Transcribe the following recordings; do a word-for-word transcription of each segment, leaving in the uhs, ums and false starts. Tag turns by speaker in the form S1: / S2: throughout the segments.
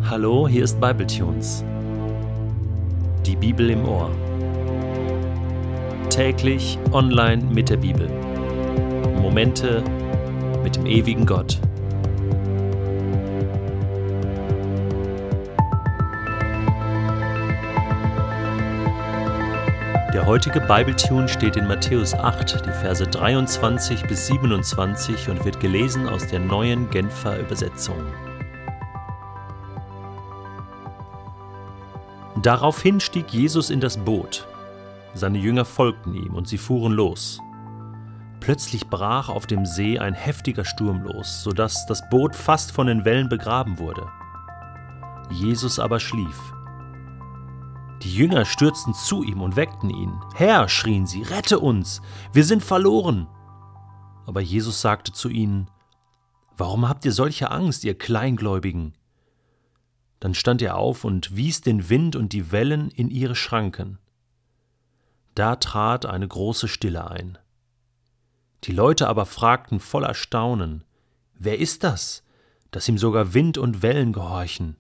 S1: Hallo, hier ist Bibletunes. Die Bibel im Ohr. Täglich online mit der Bibel. Momente mit dem ewigen Gott. Der heutige Bibletune steht in Matthäus acht, die Verse dreiundzwanzig bis siebenundzwanzig und wird gelesen aus der neuen Genfer Übersetzung. Daraufhin stieg Jesus in das Boot. Seine Jünger folgten ihm und sie fuhren los. Plötzlich brach auf dem See ein heftiger Sturm los, sodass das Boot fast von den Wellen begraben wurde. Jesus aber schlief. Die Jünger stürzten zu ihm und weckten ihn. »Herr«, schrien sie, »rette uns! Wir sind verloren!« Aber Jesus sagte zu ihnen, »Warum habt ihr solche Angst, ihr Kleingläubigen?« Dann stand er auf und wies den Wind und die Wellen in ihre Schranken. Da trat eine große Stille ein. Die Leute aber fragten voller Staunen, »Wer ist das, dass ihm sogar Wind und Wellen gehorchen?«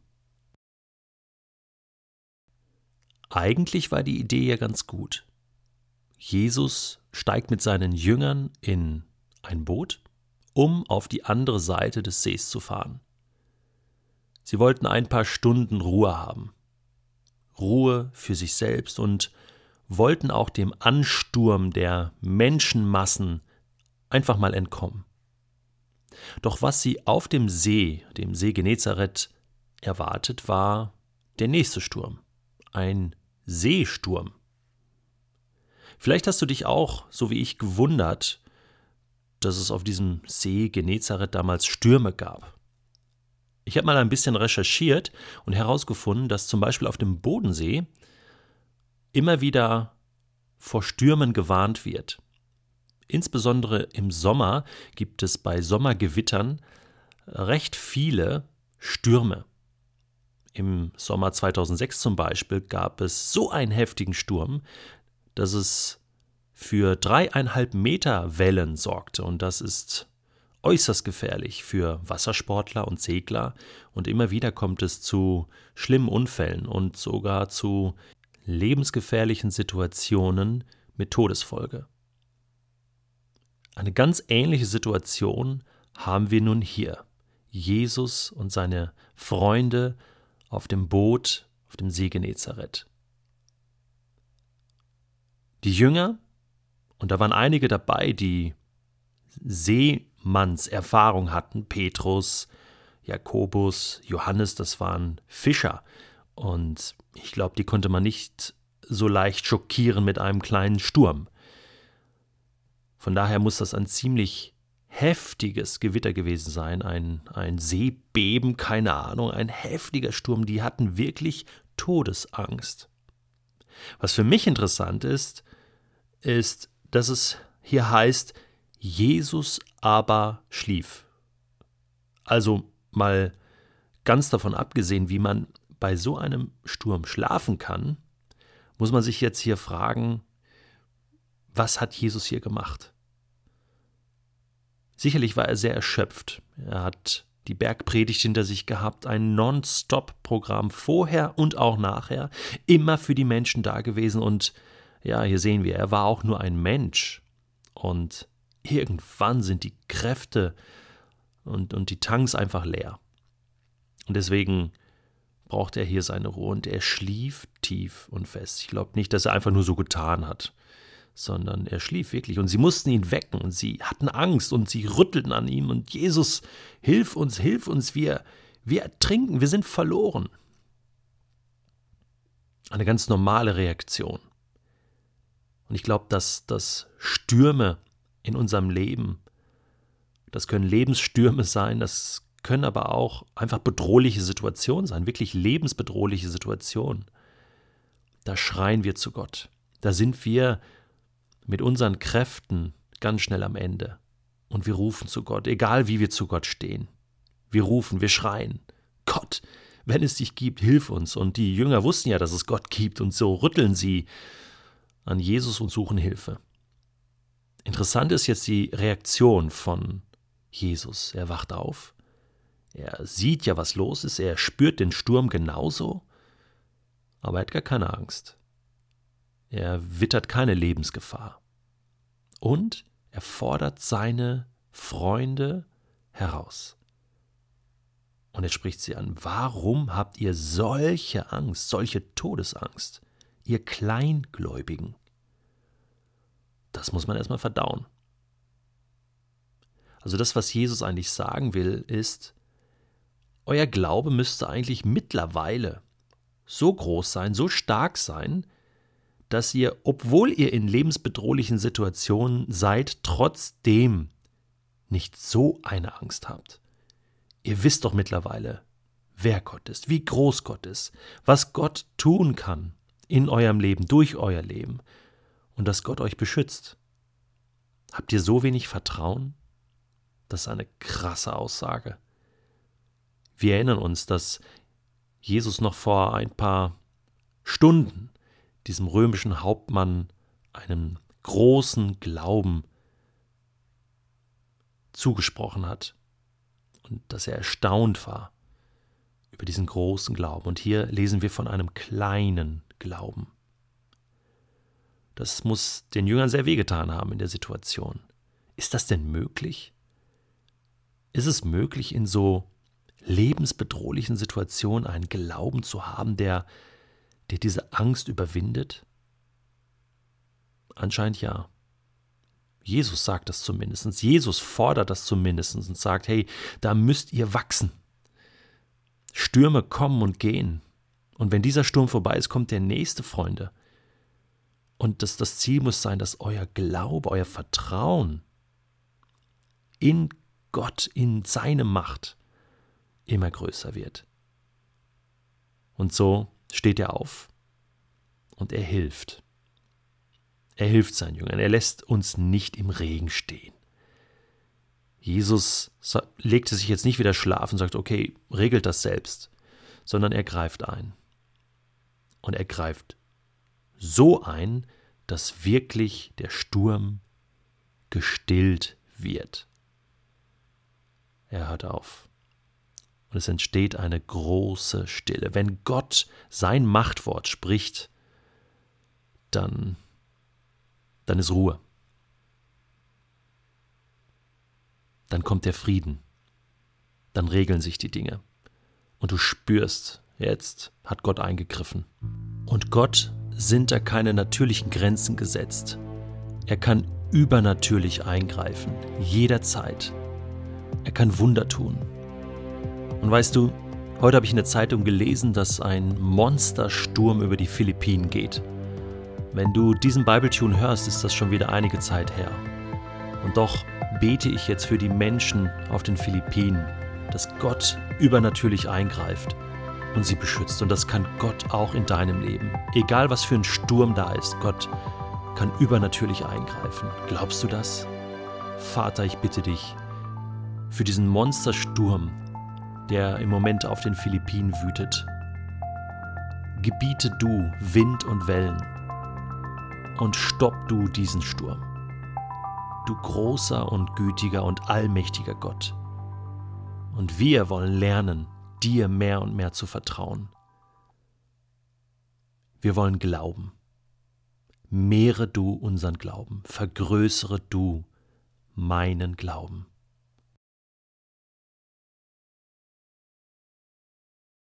S1: Eigentlich war die Idee ja ganz gut. Jesus steigt mit seinen Jüngern in ein Boot, um auf die andere Seite des Sees zu fahren. Sie wollten ein paar Stunden Ruhe haben. Ruhe für sich selbst und wollten auch dem Ansturm der Menschenmassen einfach mal entkommen. Doch was sie auf dem See, dem See Genezareth, erwartet, war der nächste Sturm. Ein Seesturm. Vielleicht hast du dich auch, so wie ich, gewundert, dass es auf diesem See Genezareth damals Stürme gab. Ich habe mal ein bisschen recherchiert und herausgefunden, dass zum Beispiel auf dem Bodensee immer wieder vor Stürmen gewarnt wird. Insbesondere im Sommer gibt es bei Sommergewittern recht viele Stürme. Im Sommer zweitausendsechs zum Beispiel gab es so einen heftigen Sturm, dass es für dreieinhalb Meter Wellen sorgte. Und das ist äußerst gefährlich für Wassersportler und Segler. Und immer wieder kommt es zu schlimmen Unfällen und sogar zu lebensgefährlichen Situationen mit Todesfolge. Eine ganz ähnliche Situation haben wir nun hier. Jesus und seine Freunde auf dem Boot auf dem See Genezareth. Die Jünger, und da waren einige dabei, die Seemannserfahrung hatten, Petrus, Jakobus, Johannes, das waren Fischer. Und ich glaube, die konnte man nicht so leicht schockieren mit einem kleinen Sturm. Von daher muss das ein ziemlich heftiges Gewitter gewesen sein, ein, ein Seebeben, keine Ahnung, ein heftiger Sturm. Die hatten wirklich Todesangst. Was für mich interessant ist, ist, dass es hier heißt, Jesus aber schlief. Also mal ganz davon abgesehen, wie man bei so einem Sturm schlafen kann, muss man sich jetzt hier fragen, was hat Jesus hier gemacht? Sicherlich war er sehr erschöpft. Er hat die Bergpredigt hinter sich gehabt, ein Non-Stop-Programm vorher und auch nachher, immer für die Menschen da gewesen. Und ja, hier sehen wir, er war auch nur ein Mensch. Und irgendwann sind die Kräfte und, und die Tanks einfach leer. Und deswegen braucht er hier seine Ruhe und er schlief tief und fest. Ich glaube nicht, dass er einfach nur so getan hat, sondern er schlief wirklich und sie mussten ihn wecken und sie hatten Angst und sie rüttelten an ihm und Jesus, hilf uns, hilf uns, wir, wir ertrinken, wir sind verloren. Eine ganz normale Reaktion. Und ich glaube, dass, dass Stürme in unserem Leben, das können Lebensstürme sein, das können aber auch einfach bedrohliche Situationen sein, wirklich lebensbedrohliche Situationen. Da schreien wir zu Gott, da sind wir mit unseren Kräften ganz schnell am Ende. Und wir rufen zu Gott, egal wie wir zu Gott stehen. Wir rufen, wir schreien, Gott, wenn es dich gibt, hilf uns. Und die Jünger wussten ja, dass es Gott gibt und so rütteln sie an Jesus und suchen Hilfe. Interessant ist jetzt die Reaktion von Jesus. Er wacht auf, Er sieht ja, was los ist, er spürt den Sturm genauso, aber er hat gar keine Angst. Er wittert keine Lebensgefahr. Und er fordert seine Freunde heraus. Und er spricht sie an: Warum habt ihr solche Angst, solche Todesangst, ihr Kleingläubigen? Das muss man erstmal verdauen. Also das, was Jesus eigentlich sagen will, ist, euer Glaube müsste eigentlich mittlerweile so groß sein, so stark sein, dass ihr, obwohl ihr in lebensbedrohlichen Situationen seid, trotzdem nicht so eine Angst habt. Ihr wisst doch mittlerweile, wer Gott ist, wie groß Gott ist, was Gott tun kann in eurem Leben, durch euer Leben und dass Gott euch beschützt. Habt ihr so wenig Vertrauen? Das ist eine krasse Aussage. Wir erinnern uns, dass Jesus noch vor ein paar Stunden diesem römischen Hauptmann einen großen Glauben zugesprochen hat und dass er erstaunt war über diesen großen Glauben. Und hier lesen wir von einem kleinen Glauben. Das muss den Jüngern sehr wehgetan haben in der Situation. Ist das denn möglich? Ist es möglich, in so lebensbedrohlichen Situationen einen Glauben zu haben, der, der diese Angst überwindet? Anscheinend ja. Jesus sagt das zumindest. Jesus fordert das zumindest und sagt, hey, da müsst ihr wachsen. Stürme kommen und gehen. Und wenn dieser Sturm vorbei ist, kommt der nächste, Freunde. Und das, das Ziel muss sein, dass euer Glaube, euer Vertrauen in Gott, in seine Macht immer größer wird. Und so steht er auf und er hilft. Er hilft seinen Jüngern. Er lässt uns nicht im Regen stehen. Jesus legte sich jetzt nicht wieder schlafen und sagt, okay, regelt das selbst, sondern er greift ein. Und er greift so ein, dass wirklich der Sturm gestillt wird. Er hört auf. Und es entsteht eine große Stille. Wenn Gott sein Machtwort spricht, dann, dann ist Ruhe. Dann kommt der Frieden. Dann regeln sich die Dinge. Und du spürst, jetzt hat Gott eingegriffen. Und Gott sind da keine natürlichen Grenzen gesetzt. Er kann übernatürlich eingreifen, jederzeit. Er kann Wunder tun. Und weißt du, heute habe ich in der Zeitung gelesen, dass ein Monstersturm über die Philippinen geht. Wenn du diesen Bibletune hörst, ist das schon wieder einige Zeit her. Und doch bete ich jetzt für die Menschen auf den Philippinen, dass Gott übernatürlich eingreift und sie beschützt. Und das kann Gott auch in deinem Leben. Egal was für ein Sturm da ist, Gott kann übernatürlich eingreifen. Glaubst du das? Vater, ich bitte dich für diesen Monstersturm, der im Moment auf den Philippinen wütet. Gebiete du Wind und Wellen und stopp du diesen Sturm. Du großer und gütiger und allmächtiger Gott. Und wir wollen lernen, dir mehr und mehr zu vertrauen. Wir wollen glauben. Mehre du unseren Glauben, vergrößere du meinen Glauben.